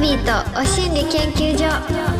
ビーとお心理研究所。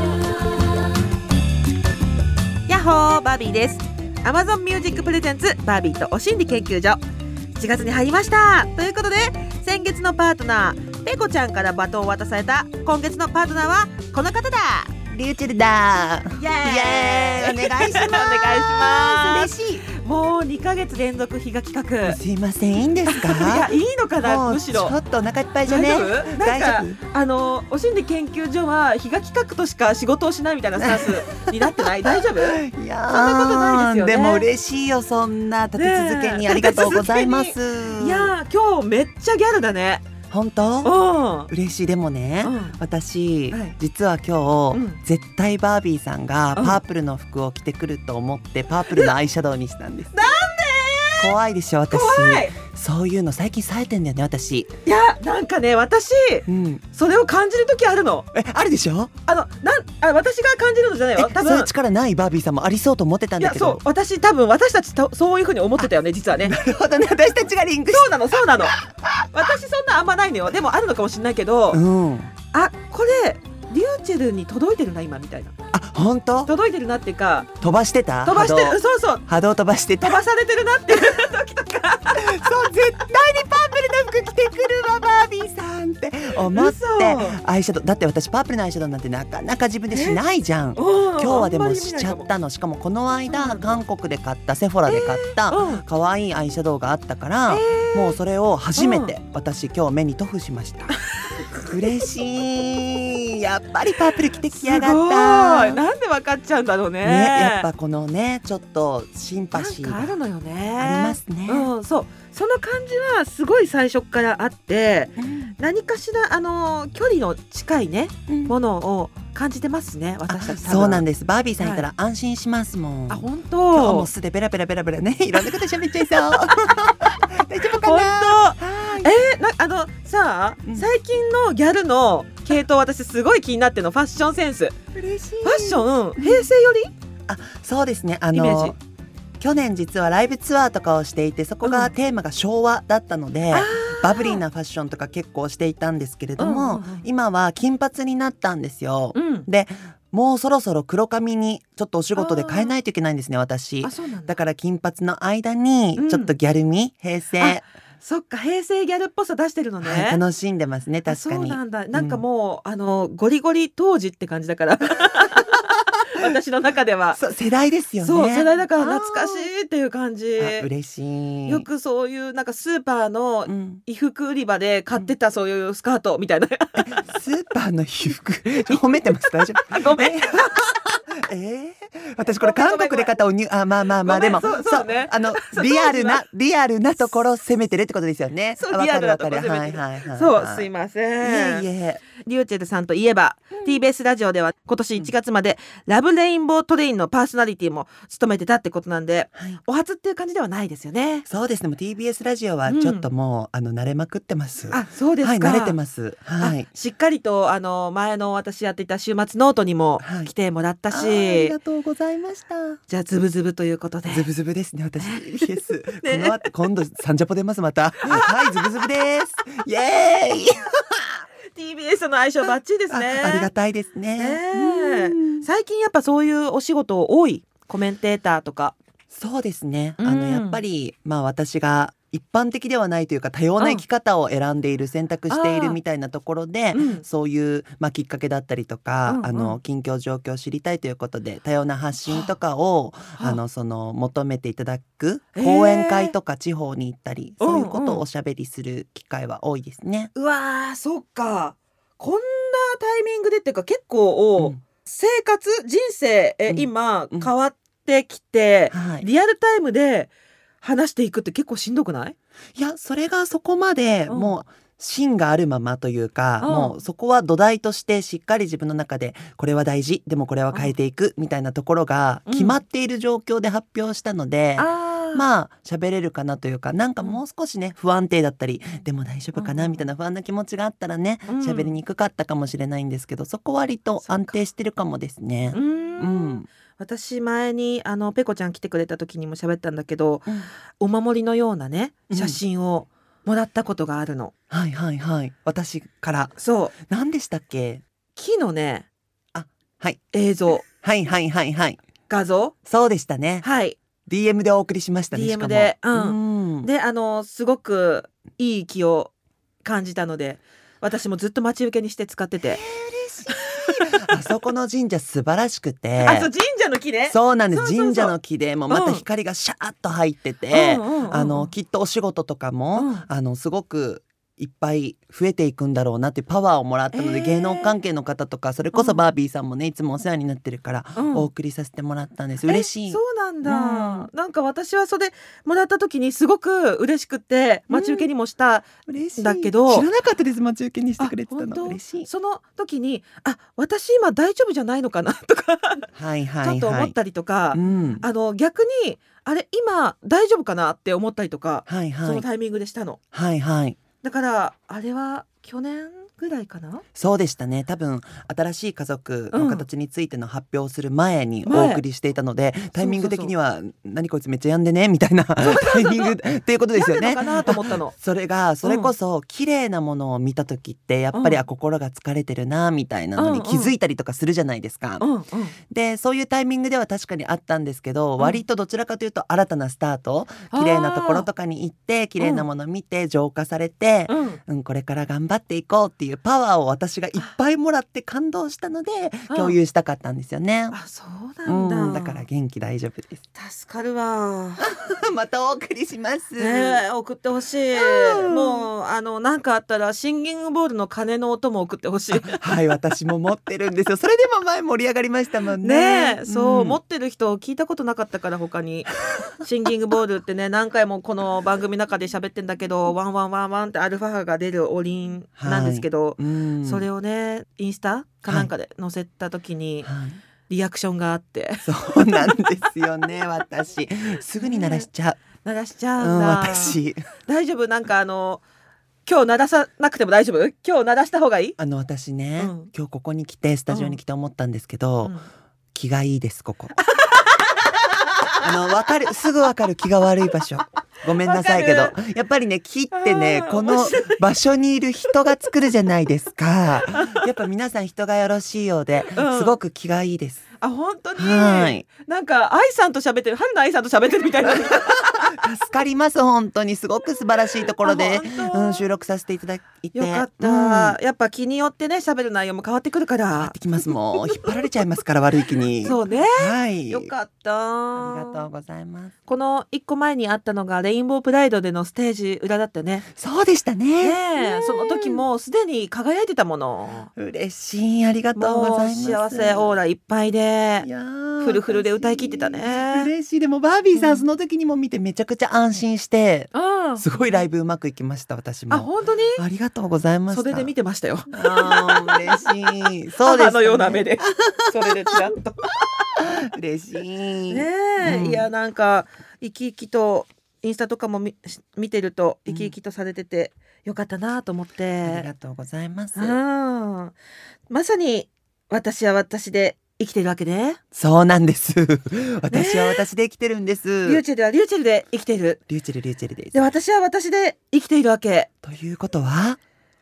やっほー、バービーです。 Amazon Music プレゼンツバービーとお心理研究所、7月に入りましたということで、先月のパートナーペコちゃんからバトンを渡された今月のパートナーはこの方だ。 リューチェルだ。 イエーイ、 お願いします。 お願いします。 嬉しい。 もう2ヶ月連続日が企画。 すいません、いいんですか？ いや、いいのかな。 もうむしろちょっとお腹いっぱいじゃね。 大丈夫？ 大丈なんかお心理研究所は日が企画としか仕事をしないみたいなスタンスになってない？大丈夫？ 夫。いやー、 そんなことないですよね。 でも嬉しいよ、そんな立て続けにありがとうございます。 いやー、今日めっちゃギャルだね。 本当？ うん。 嬉しい。でもね、私、 はい実は今日、 うん絶対バービーさんがパープルの服を着てくると思ってパープルのアイシャドウにしたんです。なんで？怖いでしょ、私。 怖い。 そういうの最近冴えてんだよね、私。 いや、なんかね、私それを感じる時あるの。 あるでしょ？ 私が感じるのじゃないよ。多分そういう力ないバービーさんもありそうと思ってたんいや、 だけど。 そう、私多分私たちとそういう風に思ってたよね、実はね。 なるほどね、私たちがリンクしそうなの、そうなの。私そんなあんまないのよ。でもあるのかもしれないけど、あ、これリューチェルに届いてるな今みたいな。 あ、本当？ 届いてるなっていうか、 飛ばしてた？ 飛ばしてる、そうそう、 波動飛ばしてた。 飛ばされてるなっていう時とか。 そう、絶対にパープルの服着てくるわバービーさんって思って。アイシャドウだって私パープルのアイシャドウなんてなかなか自分でしないじゃん。今日はでもしちゃったの。しかもこの間韓国で買ったセフォラで買った可愛いアイシャドウがあったから、もうそれを初めて私今日目に塗布しました。嬉しい。やっぱりパープル着てきやがった。 すごい。なんで分かっちゃうんだろうね。 やっぱこのね、ちょっとシンパシーがなんかあるのよね。 ありますね。 そう、その感じはすごい最初からあって、何かしら距離の近いね、ものを感じてますね、私たち。 そうなんです。バービーさんいたら安心しますもん。 あ、本当。 今日も素でベラベラベラベラね、いろんなこと喋っちゃいそう。大丈夫かな。 本当。さあ、最近のギャルの系統、私すごい気になってるの、ファッションセンス。 嬉しい。 ファッション、平成より？ そうですね。 イメージ。 去年実はライブツアーとかをしていて、そこがテーマが昭和だったので、バブリーなファッションとか結構していたんですけれども、今は金髪になったんですよ。でもうそろそろ黒髪にちょっとお仕事で変えないといけないんですね、私。だから金髪の間にちょっとギャル味、平成。 そっか、平成ギャルっぽさ出してるのね。 楽しんでますね、確かに。 そうなんだ。なんかもうゴリゴリ当時って感じだから私の中では。 そう、世代ですよね。 そう、世代だから懐かしいっていう感じ。 嬉しい。 よくそういうなんかスーパーの衣服売り場で買ってたそういうスカートみたいな。 スーパーの衣服褒めてます？大丈夫？ ごめん。 私これ韓国で買ったまあでもそうね、リアルなところを攻めてるってことですよね。 そう、リアルなところ攻めてる。そう、すいません。リューチェルさんといえば、TBS ラジオでは今年1月までラブレインボートレインのパーソナリティも務めてたってことなんで、お初っていう感じではないですよね。 そうですね。もう TBS ラジオはちょっともう慣れまくってます。 あ、そうですか。 はい、慣れてます。はい。 しっかりと前の私やっていた週末ノートにも来てもらったし、 ありがとうございました。 じゃあズブズブということで。 ズブズブですね、私。イエス。この後今度サンジャポ出ますまた。はい、ズブズブです。イエーイ。 TBS の相性バッチリですね。 ありがたいですね。 最近やっぱそういうお仕事多い、コメンテーターとか。 そうですね。やっぱり私が一般的ではないというか、多様な生き方を選んでいる、選択しているみたいなところで、そういうきっかけだったりとか、近況状況を知りたいということで多様な発信とかを求めていただく講演会とか地方に行ったり、そういうことをおしゃべりする機会は多いですね。 うわー、そっか。こんなタイミングでっていうか、結構生活人生今変わってきて、リアルタイムで話していくって結構しんどくない？ いや、それがそこまでもう芯があるままというか、もうそこは土台としてしっかり自分の中でこれは大事、でもこれは変えていくみたいなところが決まっている状況で発表したので、喋れるかなというか、なんかもう少しね不安定だったり、でも大丈夫かなみたいな不安な気持ちがあったらね、喋りにくかったかもしれないんですけど、そこ割と安定してるかもですね。 私前にペコちゃん来てくれた時にも喋ったんだけど、お守りのようなね写真をもらったことがあるの。 はいはいはい。私からそう何でしたっけ。 木のねはい映像はいはいはいはい。 画像そうでしたね。 はい DM でお送りしましたね。 DM しかもで、ですごくいい気を感じたので私もずっと待ち受けにして使ってて、 嬉しい。あそこの神社素晴らしくてあ、そう神社の木ね。 そうなんです。 そうそうそう神社の木でもまた光がシャーッと入ってて、きっとお仕事とかも、すごくいっぱい増えていくんだろうなっていうパワーをもらったので、芸能関係の方とかそれこそバービーさんもねいつもお世話になってるからお送りさせてもらったんです。嬉しい。 そうなんだ、なんか私はそれもらった時にすごく嬉しくって待ち受けにもしたんだけど、 知らなかったです。待ち受けにしてくれてたの嬉しい。 その時に私今大丈夫じゃないのかなとかはいはい、はい、 ちょっと思ったりとか、逆にあれ今大丈夫かなって思ったりとか、 はいはい、 そのタイミングでしたの。 はいはい。 だからあれは去年ぐらいかな。 そうでしたね。多分新しい家族の形についての発表をする前にお送りしていたので、タイミング的には何こいつめっちゃ病んでねみたいなタイミングっていうことですよね。 病んでるのかなと思ったの。それこそ綺麗なものを見た時ってやっぱり心が疲れてるなみたいなのに気づいたりとかするじゃないですか。でそういうタイミングでは確かにあったんですけど、割とどちらかというと新たなスタート、綺麗なところとかに行って綺麗なもの見て浄化されて、これから頑張っていこうっていうパワーを私がいっぱいもらって感動したので共有したかったんですよね。 そうなんだ、 だから元気大丈夫です。 助かるわまたお送りします、 送ってほしい、もうなんかあったらシンギングボールの鐘の音も送ってほしいはい、私も持ってるんですよ。それでも前盛り上がりましたもんね。 そう、持ってる人聞いたことなかったから他にシンギングボールってね何回もこの番組の中で喋ってんだけどワンワンワンワンってアルファ波が出るおりんなんですけど、それをねインスタかなんかで載せた時に、リアクションがあって、 そうなんですよね私すぐに鳴らしちゃう、 んだ、 私大丈夫？なんか今日鳴らさなくても大丈夫？今日鳴らした方がいい？ 私ね、今日ここに来てスタジオに来て思ったんですけど、気がいいですここすぐわかる気が悪い場所。ごめんなさいけどやっぱりね木ってねこの場所にいる人が作るじゃないですか。やっぱ皆さん人がよろしいようで、すごく気がいいです。 本当に、なんか愛さんと喋ってる、春菜愛さんと喋ってるみたいな助かります。本当にすごく素晴らしいところで、収録させていただいてよかった、やっぱ気によってね喋る内容も変わってくるから変わってきます。もう引っ張られちゃいますから悪い気にそうね、よかった。 ありがとうございます。 この1個前にあったのがレインボープライドでのステージ裏だったね。 そうでしたね。 その時もすでに輝いてたもの。 嬉しい、ありがとうございます。 幸せオーラいっぱいでフルフルで歌い切ってたね。 嬉しい。でもバービーさん、その時にも見てめちゃくちゃ安心して、すごいライブうまくいきました。私も本当にありがとうございました。 袖で見てましたよ。 嬉しい。そうです、 母のような目でそれでちらっと嬉しいいやなんか生き生きとインスタとかも見てると生き生きとされててよかったなと思って、 ありがとうございます。 まさに私は私で生きてるわけね。 そうなんです私は私で生きてるんです。 リューチェルはリューチェルで生きてる。 リューチェルです。 で私は私で生きているわけ。 ということは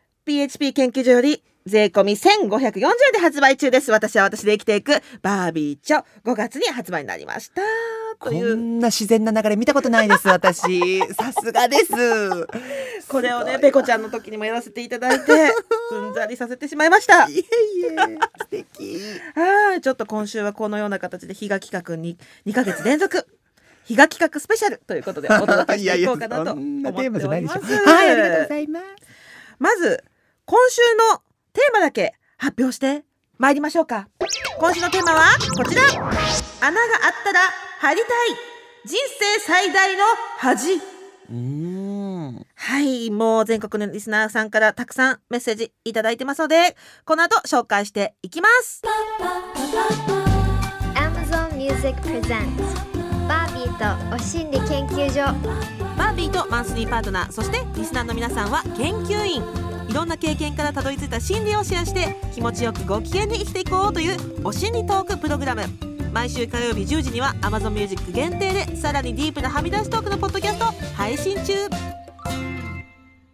PHP 研究所より税込み1540円で発売中です。私は私で生きていくバービーチョ、5月に発売になりましたという。 こんな自然な流れ見たことないです私さすがです。 これをねペコちゃんの時にもやらせていただいてうんざりさせてしまいました。 いえ素敵ちょっと今週はこのような形で比嘉企画に2ヶ月連続比嘉企画スペシャルということでお届けしていこうかなと思っております。 はい、ありがとうございます。 まず今週のテーマだけ発表して参りましょうか。今週のテーマはこちら。穴があったら張りたい、人生最大の恥。はい、もう全国のリスナーさんからたくさんメッセージいただいてますのでこの後紹介していきます。 Amazon Music Presents バービーとお心理研究所。 バービーとマンスリーパートナー、そしてリスナーの皆さんは研究員。いろんな経験からたどり着いた心理をシェアして気持ちよくご機嫌に生きていこうというお心理トークプログラム。毎週火曜日10時には Amazon Music 限定でさらにディープなはみ出しトークのポッドキャスト配信中。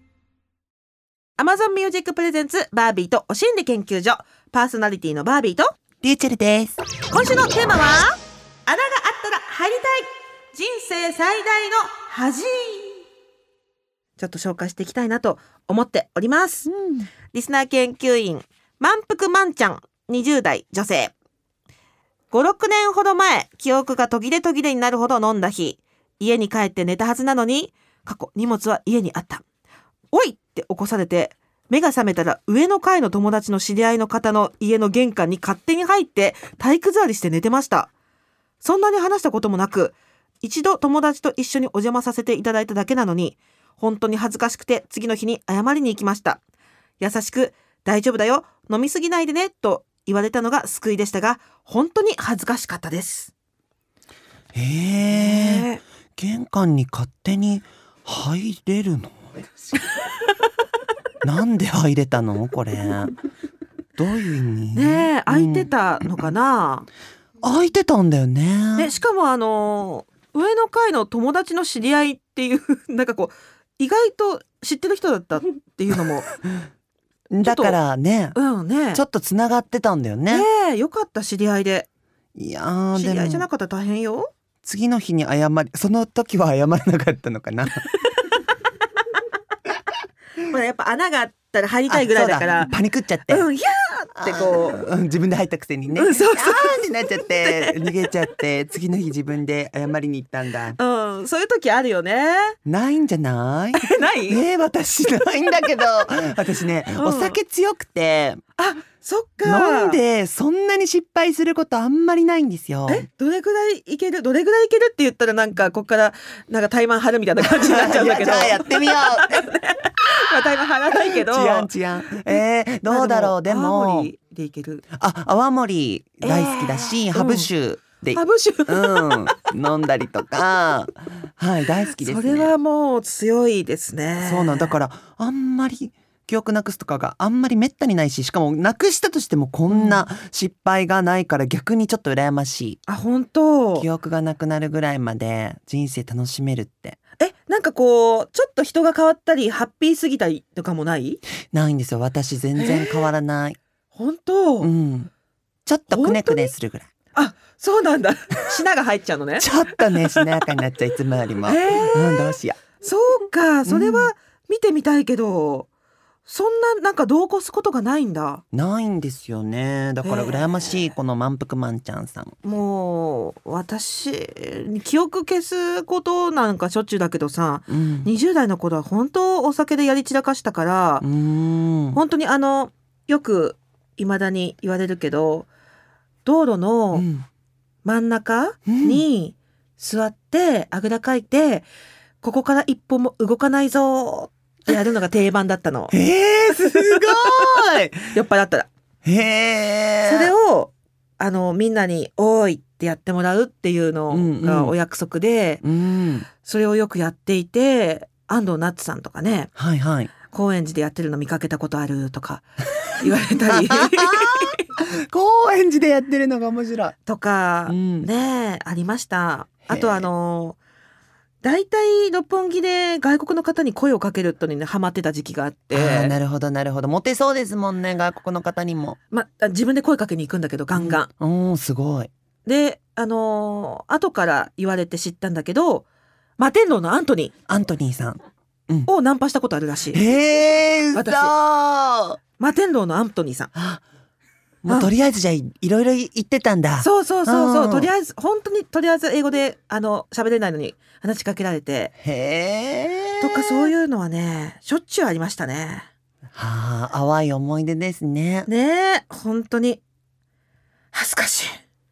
Amazon Music Presents バービーとお心理研究所、パーソナリティのバービーとリューチェルです。 今週のテーマは、穴があったら入りたい人生最大の恥。ちょっと紹介していきたいなと思っております、リスナー研究員満腹まんちゃん、20代女性。5、6年ほど前、記憶が途切れ途切れになるほど飲んだ日、家に帰って寝たはずなのに、荷物は家にあった。おいって起こされて、目が覚めたら上の階の友達の知り合いの方の家の玄関に勝手に入って体育座りして寝てました。そんなに話したこともなく、一度友達と一緒にお邪魔させていただいただけなのに、本当に恥ずかしくて次の日に謝りに行きました。優しく、大丈夫だよ、飲みすぎないでねと言われたのが救いでしたが、本当に恥ずかしかったです。 玄関に勝手に入れるのなんで入れたのこれ、どういう意味ねえ、開いてたのかな、 開いてたんだよね。 しかも上の階の友達の知り合いっていうなんかこう意外と知ってる人だったっていうのもだからね、 ね、 ちょっとつながってたんだよね。 よかった、知り合いで。 いやー、 知り合いじゃなかったら大変よ。 次の日に謝り、その時は謝らなかったのかなやっぱ穴があったら入りたいぐらいだからパニクっちゃって、 いやーってこう、 自分で入ったくせにね、 そうってなっちゃって逃げちゃって、次の日自分で謝りに行ったんだ。 そういう時あるよね。 ないんじゃないない私ないんだけど私ね、お酒強くて、 そっか、 飲んでそんなに失敗することあんまりないんですよ。 どれぐらいいけるって言ったら、なんかこっからなんか怠慢張るみたいな感じになっちゃうんだけどじゃあやってみよう怠慢張らないけど、 治安どうだろう。でも泡盛でいける。 泡盛大好きだし、ハブ酒で飲んだりとか大好きですね。 それはもう強いですね。 そうなんだから、あんまり記憶なくすとかがあんまりめったにないし、しかもなくしたとしてもこんな失敗がないから、逆にちょっと羨ましい。 本当。 記憶がなくなるぐらいまで人生楽しめるって。 なんかこうちょっと人が変わったりハッピーすぎたりとかもない？ ないんですよ。私全然変わらない。 本当？ ちょっとくねくねするぐらい。 そうなんだ。しなが入っちゃうのね。 ちょっとね、しなやかになっちゃう、いつもよりも。どうしよう。 そうか、それは見てみたいけど、そんななんか度を越すことがないんだ。 ないんですよね。だから羨ましい、この満腹まんちゃんさん。 もう私に記憶消すことなんかしょっちゅうだけどさ、20代の頃は本当お酒でやり散らかしたから、本当によく未だに言われるけど、道路の真ん中に座ってあぐらかいて、ここから一歩も動かないぞってやるのが定番だったの。 すごい酔っ払ったら。それをみんなにおーいってやってもらうっていうのがお約束で、それをよくやっていて、安藤なつさんとかね、高円寺でやってるの見かけたことあるとか言われたり高円寺でやってるのが面白いとか、ねありました。あとだいたい六本木で外国の方に声をかけるとにねハマってた時期があって。 なるほどモテそうですもんね、外国の方にも。 自分で声かけに行くんだけど、ガンガン、すごい。で後から言われて知ったんだけど、摩天楼のアントニーさんをナンパしたことあるらしい。 私摩天楼のアントニーさん。 もうとりあえずじゃあいろいろ言ってたんだ。 そうとりあえず本当にとりあえず英語で喋れないのに話しかけられてとか、そういうのはねしょっちゅうありましたね。 淡い思い出ですね。 本当に恥ずかしい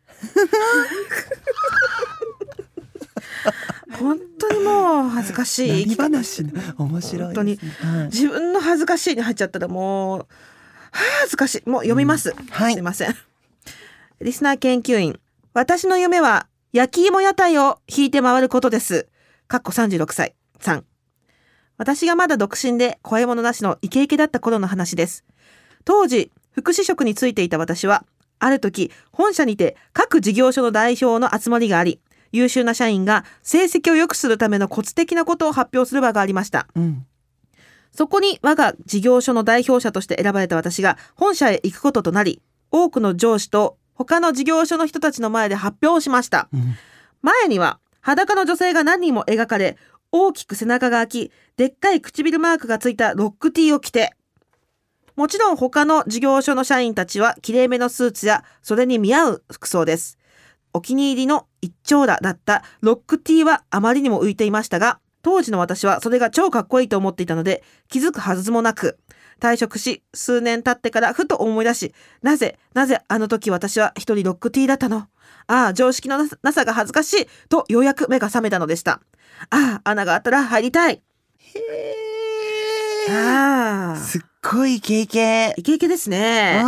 本当にもう恥ずかしい。 何話面白い、 本当に、自分の恥ずかしいに入っちゃったらもう恥ずかしい。もう読みます、すいません。リスナー研究員、私の夢は焼き芋屋台を引いて回ることです。36歳さん。私がまだ独身で怖いものなしのイケイケだった頃の話です。当時福祉職についていた私は、ある時本社にて各事業所の代表の集まりがあり、優秀な社員が成績を良くするためのコツ的なことを発表する場がありました。 そこに我が事業所の代表者として選ばれた私が本社へ行くこととなり、多くの上司と他の事業所の人たちの前で発表をしました。前には裸の女性が何人も描かれ、大きく背中が開き、でっかい唇マークがついたロックティーを着て、もちろん他の事業所の社員たちはきれいめのスーツやそれに見合う服装です。お気に入りの一丁羅だったロックティーはあまりにも浮いていましたが、当時の私はそれが超かっこいいと思っていたので気づくはずもなく、退職し数年経ってからふと思い出し、なぜあの時私は一人ロックティーだったの、常識のなさが恥ずかしいとようやく目が覚めたのでした。穴があったら入りたい。 すっごいイケイケですね。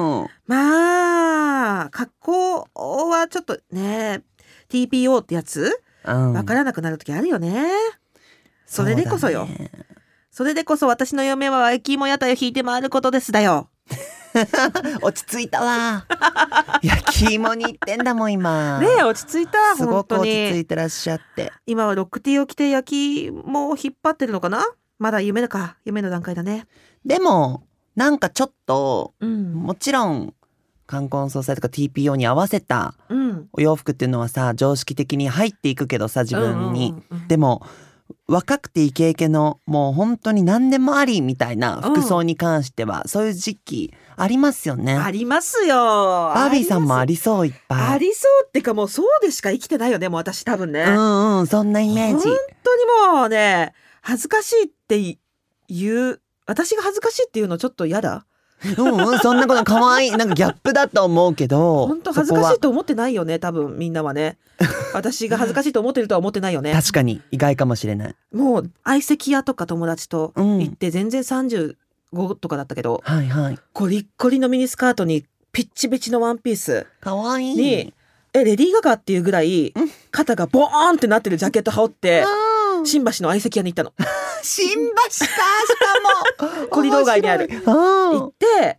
まあ格好はちょっとね TPO ってやつわからなくなる時あるよね。それでこそよ、それでこそ私の嫁は焼き芋屋台を引いて回ることですだよ。 落ち着いたわ。焼き芋に行ってんだもん今。 ねえ、落ち着いた。 すごく落ち着いてらっしゃって。 今はロックティーを着て焼き芋を引っ張ってるのかな。まだ夢の段階だね。 でもなんかちょっと、もちろん冠婚葬祭とか TPO に合わせたお洋服っていうのはさ、常識的に入っていくけどさ、自分に、でも若くてイケイケのもう本当に何でもありみたいな服装に関しては、そういう時期ありますよね。 ありますよ。 バービーさんもありそう、いっぱいありそうってか、もうそうでしか生きてないよね、もう私多分ね。 そんなイメージ。 本当にもうね、恥ずかしいって言う、私が恥ずかしいっていうのちょっと嫌だ。 そんなこと可愛い、なんかギャップだと思うけど、 本当恥ずかしいと思ってないよね、多分みんなはね。私が恥ずかしいと思ってるとは思ってないよね。 確かに意外かもしれない。 もう相席屋とか友達と行って全然35とかだったけど、コリッコリのミニスカートにピッチピチのワンピース可愛いにレディー・ガガっていうぐらい肩がボーンってなってるジャケット羽織って新橋の相席屋に行ったの。 新橋か、しかもコリドー街にある行って、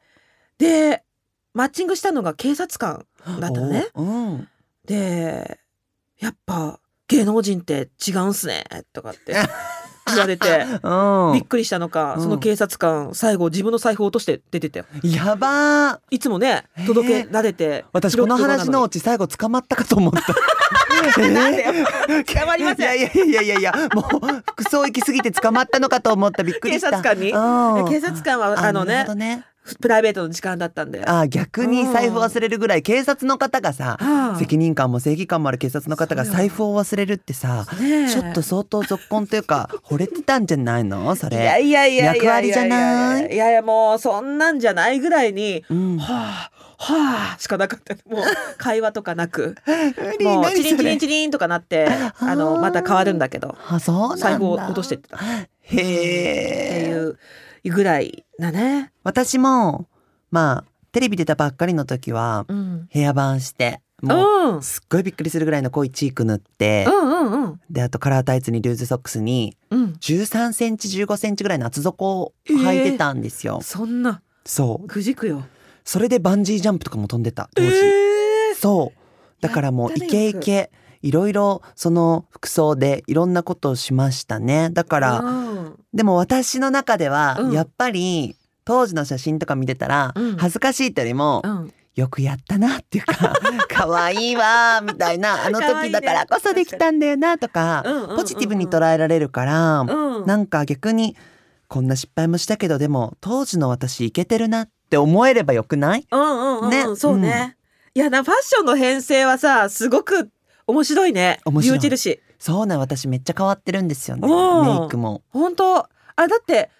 でマッチングしたのが警察官だったのね。でやっぱ芸能人って違うんすねとかって言われてびっくりしたのか、その警察官最後自分の財布を落として出てったよ。 やばー。 いつもね届けられて、 私この話のうち最後捕まったかと思った。 なんでよ、捕まりません。 いやもう服装行き過ぎて捕まったのかと思った。びっくりした。 警察官に、警察官はプライベートの時間だったんで。 逆に財布忘れるぐらい警察の方がさ、責任感も正義感もある警察の方が財布を忘れるってさ、ちょっと相当ぞっこんというか惚れてたんじゃないのそれ。 いや役割じゃない。 いやもうそんなんじゃないぐらいに、はあしかなかった。もう会話とかなくもうチリンチリンチリンとかなってまた変わるんだけど、財布を落としてってたっていうぐらいだね。 私もテレビ出たばっかりの時は、ヘアバンしてもうすっごいびっくりするぐらいの濃いチーク塗って、であとカラータイツにルーズソックスに、13センチ15センチぐらいの厚底を履いてたんですよ。 そんな。 そうくじくよ。 それでバンジージャンプとかも飛んでた当時。そうだからもうイケイケいろいろその服装でいろんなことをしましたね。だからでも私の中ではやっぱり当時の写真とか見てたら恥ずかしいってよりも、よくやったなっていうか可愛いわみたいな、あの時だからこそできたんだよなとか、ポジティブに捉えられるから、なんか逆にこんな失敗もしたけどでも当時の私イケてるなって思えればよくない？ そうね。いやファッションの編成はさすごく面白いね。ビューチルシ。 そうね、私めっちゃ変わってるんですよね、メイクも。 本当だって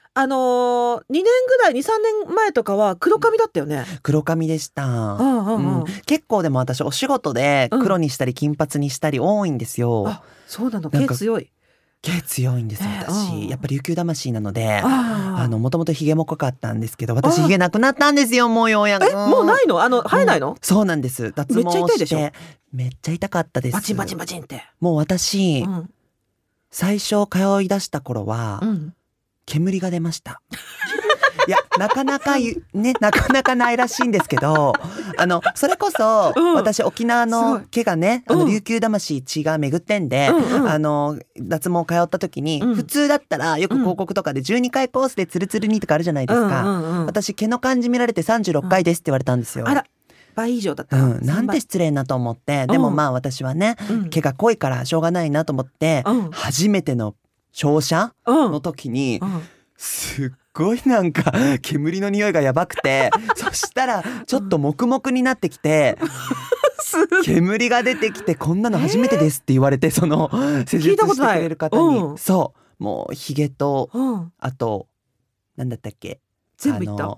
2年ぐらい 2,3 年前とかは黒髪だったよね。 黒髪でした。結構でも私お仕事で黒にしたり金髪にしたり多いんですよ。 そうなの。毛強い。 毛強いんですよ私。やっぱり琉球魂なのでもともとヒゲも濃かったんですけど、私ヒゲなくなったんですよ。もうようやく。 もうないの？生えないの？ そうなんです。脱毛してめっちゃ痛いでしょ？ めっちゃ痛かったです。 バチンバチンバチンって。 もう私、最初通い出した頃は、煙が出ました。いやなかなかないらしいんですけど、 それこそ、 うん私沖縄の毛がね、 すごいうん琉球魂血が巡ってんで、 うんうん脱毛通った時に、 うん普通だったらよく広告とかで12回コースでツルツルにとかあるじゃないですか、 うんうんうん私毛の感じ見られて36回ですって言われたんですよ、 あら倍以上だった、 なんて失礼なと思って、でもまあ私はね、 うん毛が濃いからしょうがないなと思って、 うん初めての照射うんの時に、 うんすっごいなんか煙の匂いがやばくてそしたらちょっと黙々になってきて、煙が出てきてこんなの初めてですって言われて、その施術してくれる方に、 うんそうもうヒゲとうんあとなんだったっけ、 全部言った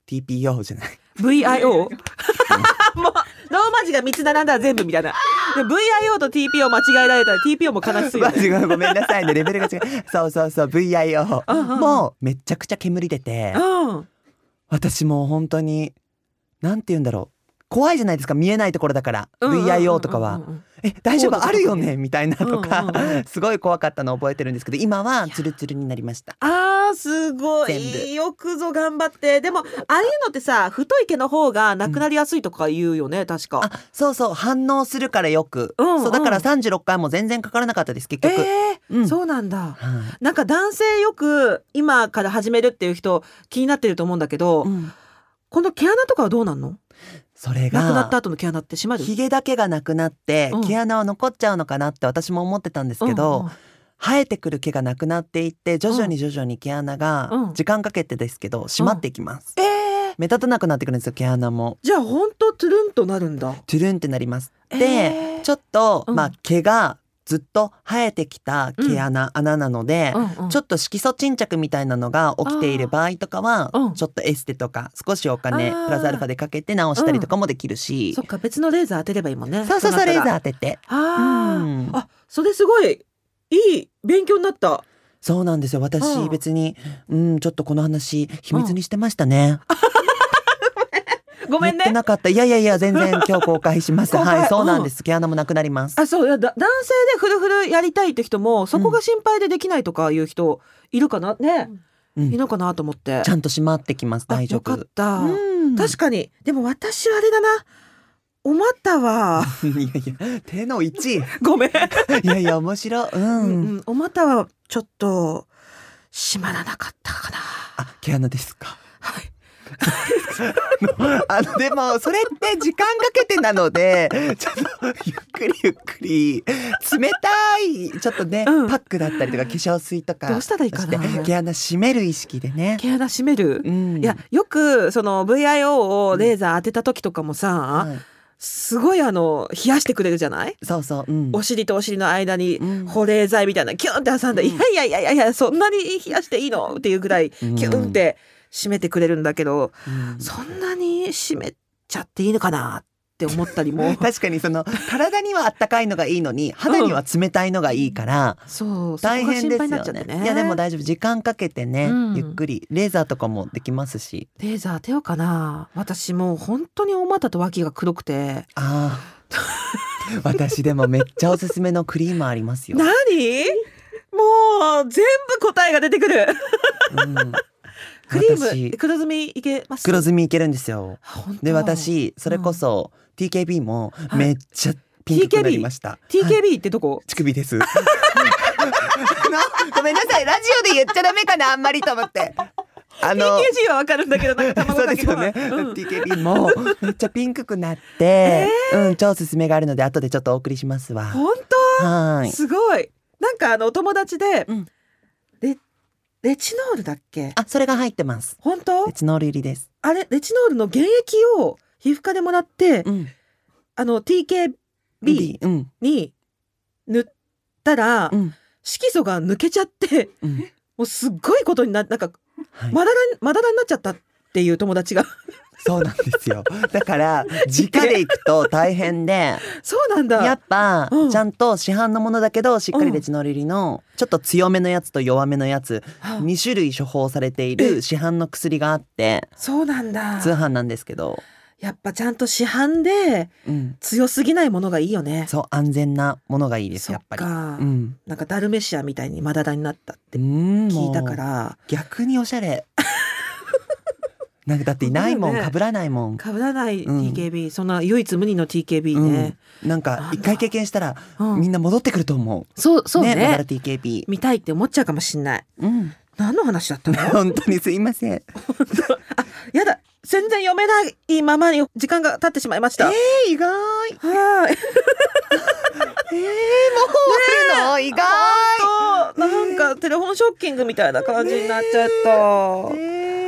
TPO じゃない VIO もうローマ字が3つ並んだら全部みたいな。で VIO と TPO 間違えられたら TPO も悲しすぎる、 マジごめんなさいね、レベルが違うそう VIO うんうんもうめちゃくちゃ煙出て、 うん私もう本当になんて言うんだろう、怖いじゃないですか、見えないところだから、 うんうんうんうん VIO とかは大丈夫あるよねみたいなとか、 うんうんうすごい怖かったのを覚えてるんですけど、今はツルツルになりました。 あーすご全部いよくぞ頑張って。でもああいうのってさ太い毛の方がなくなりやすいとか言うよね、確か。 あ、そうそう、反応するからよく、 うんうんそうだから36回も全然かからなかったです結局、うんそうなんだ。 はいなんか男性よく今から始めるっていう人気になってると思うんだけど、 うんこの毛穴とかはどうなんの？ それなくなったが後の毛穴って閉まる？ ヒゲだけがなくなってうん毛穴は残っちゃうのかなって私も思ってたんですけど、 うんうん生えてくる毛がなくなっていって徐々に徐々に毛穴がうん時間かけてですけど閉まっていきます、目立たなくなってくるんですよ毛穴も。 じゃあほんとトゥルンとなるんだ。 トゥルンってなります。で、ちょっと、 うん毛がずっと生えてきた毛穴、穴なので、ちょっっと色素沈着みたいなのが起きている場合とかは、 うんちょっとエステとか少しお金あープラスアルファでかけて直したりとかもできるし、 そっか別のレーザー当てればいいもんね。 そうそうそうレーザーー。 当てて、 あー、 うんあそれすごいいい勉強になった。 そうなんですよ。私、 うん別にちょっとこの話秘密にしてましたね。 ごめんね。 言ってなかった。いやいやいや全然今日公開します。 公開はい、そうなんです。毛穴もなくなります。 あそういや男性でフルフルやりたいって人もそこが心配でできないとかいう人いるかなね、 うんいるのかなと思って。 ちゃんと閉まってきます。大丈夫。 よかった、 うん確かに。でも私はあれだな、お股はいやいや手の位置。いごめん、 やいや面白い。 うんお股はちょっと閉まらなかったかな。 あ、毛穴ですか。 はいでもそれって時間かけてなのでちょっとゆっくり冷たいちょっとね、 うんパックだったりとか化粧水とかどうしたらいいかなして毛穴閉める意識でね。 毛穴閉める、 うんいやよくその VIO をレーザー当てた時とかもさ、 はいすごい冷やしてくれるじゃない、 そうそう、 お尻とお尻の間にうん保冷剤みたいなキュンって挟んで、 うんいやいやいやいやそんなに冷やしていいのっていうぐらいキうんュンって締めてくれるんだけど、 うんそんなに締めちゃっていいのかなって思ったりも確かにその体にはあったかいのがいいのに肌には冷たいのがいいから、 そう大変ですそこが心配になっよちゃってね。 ね。いやでも大丈夫、時間かけてね、 うんゆっくりレーザーとかもできますし。 レーザー当てようかな。私もう本当にお股と脇が黒くて。 ああ私でもめっちゃおすすめのクリームありますよ。 何もう全部答えが出てくる。 うんクリーム私黒ずみいけます？ 黒ずみいけるんですよ。 本当で私それこそ TKB もめっちゃピンクくなりました。はい TKB ってどこ？ 乳首ですごめんなさい、ラジオで言っちゃダメかなあんまりと思って TKG はわかるんだけどなんかそう卵かけご飯ですよね、 うん TKB もめっちゃピンクくなって、超おすすめがあるので後でちょっとお送りしますわ。 本当？ はい。 すごい。なんかお友達で、 うんレチノールだっけ？ あ、それが入ってます。 本当レ？チノール入りです。 あれレチノールの原液を皮膚科でもらって、 うん。 TKB うん。 に塗ったら、 うん。 色素が抜けちゃってうん。 もうすっごいことになんかはいまだらになっちゃったっていう友達がそうなんですよ。だから直で行くと大変で、 そうなんだ。 やっぱうんちゃんと市販のものだけどしっかりレチノール入りのちょっと強めのやつと弱めのやつはあ 2種類処方されている市販の薬があってそうなんだ。 通販なんですけど、 やっぱちゃんと市販でうん、 強すぎないものがいいよね。 そう安全なものがいいですそっやっぱり。 か、 うん、 なんかダルメシアみたいにまだらになったって聞聞いたから、 逆におしゃれなんかだっていないもん、 ね被らないもん。 被らない TKB、 うんそんな唯一無二の TKB ね、 なんか一回経験したらうんみんな戻ってくると思う。 そうねマダラ TKB。 見たいって思っちゃうかもしんない。 うん。 何の話だったの本当にすいません。 やだ、全然読めないままに時間が経ってしまいました。 意外。 はいもう終わるの意外。 本当なんかテレフォンショッキングみたいな感じになっちゃった、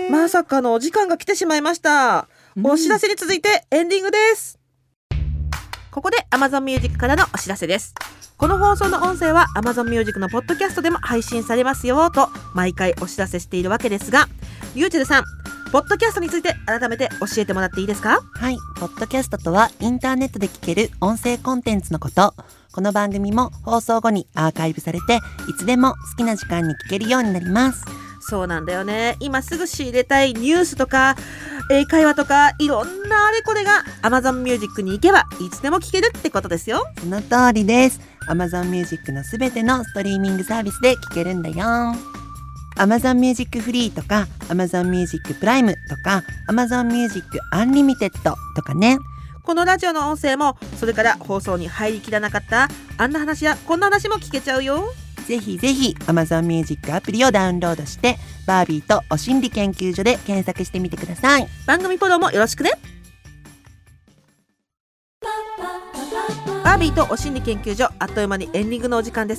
まさかのお時間が来てしまいました。お知らせに続いてエンディングです。ここで Amazon Music からのお知らせです。この放送の音声は Amazon Music のポッドキャストでも配信されますよと毎回お知らせしているわけですが、リューチェルさん、ポッドキャストについて改めて教えてもらっていいですか？ はい、ポッドキャストとはインターネットで聞ける音声コンテンツのこと。この番組も放送後にアーカイブされていつでも好きな時間に聞けるようになります。 そうなんだよね。今すぐ仕入れたいニュースとか英会話とかいろんなあれこれが Amazon Music に行けばいつでも聞けるってことですよ。 その通りです。 Amazon Music のすべてのストリーミングサービスで聞けるんだよ。 Amazon Music Free とか Amazon Music Prime とか Amazon Music Unlimited とかね。 このラジオの音声もそれから放送に入りきらなかったあんな話やこんな話も聞けちゃうよ。 ぜひぜひ Amazon Music アプリをダウンロードしてバービーとお心理研究所で検索してみてください。 番組フォローもよろしくね。バービーとお心理研究所、あっという間にエンディングのお時間です。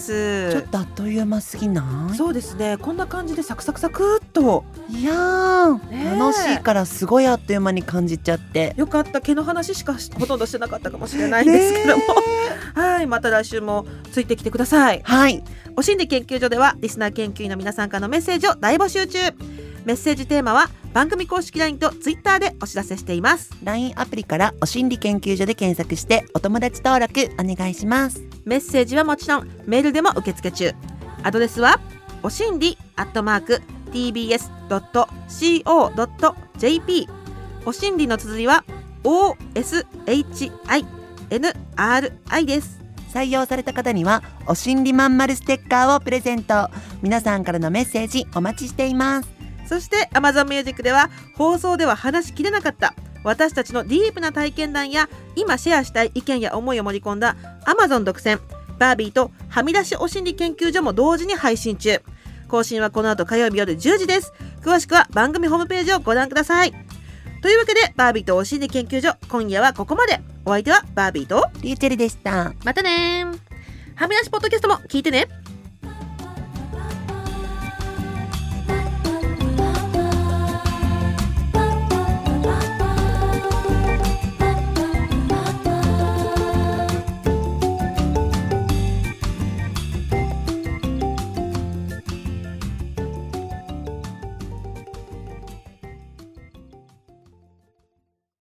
ちょっとあっという間すぎない？ そうですね、こんな感じでサクサクサクっと。 いやー、 ねえ楽しいからすごいあっという間に感じちゃって。 よかった、毛の話しかほとんどしてなかったかもしれないんですけども、はい、また来週もついてきてください。 はい、 お心理研究所ではリスナー研究員の皆さんからのメッセージを大募集中。メッセージテーマは番組公式 LINE と Twitter でお知らせしています。 LINE アプリからお心理研究所で検索してお友達登録お願いします。 メッセージはもちろんメールでも受付中。アドレスはおしんり@tbs.co.jp。 おしんりの綴りは OSHINRI です。 採用された方にはお心理まんまるステッカーをプレゼント。皆さんからのメッセージお待ちしています。 そして Amazon Music では放送では話しきれなかった私たちのディープな体験談や今シェアしたい意見や思いを盛り込んだ Amazon 独占バービーとはみ出しお心理研究所も同時に配信中。更新はこの後火曜日夜10時です。詳しくは番組ホームページをご覧ください。というわけでバービーとお心理研究所、今夜はここまで。お相手はバービーとリューチェルでした。 またね。はみ出しポッドキャストも聞いてね。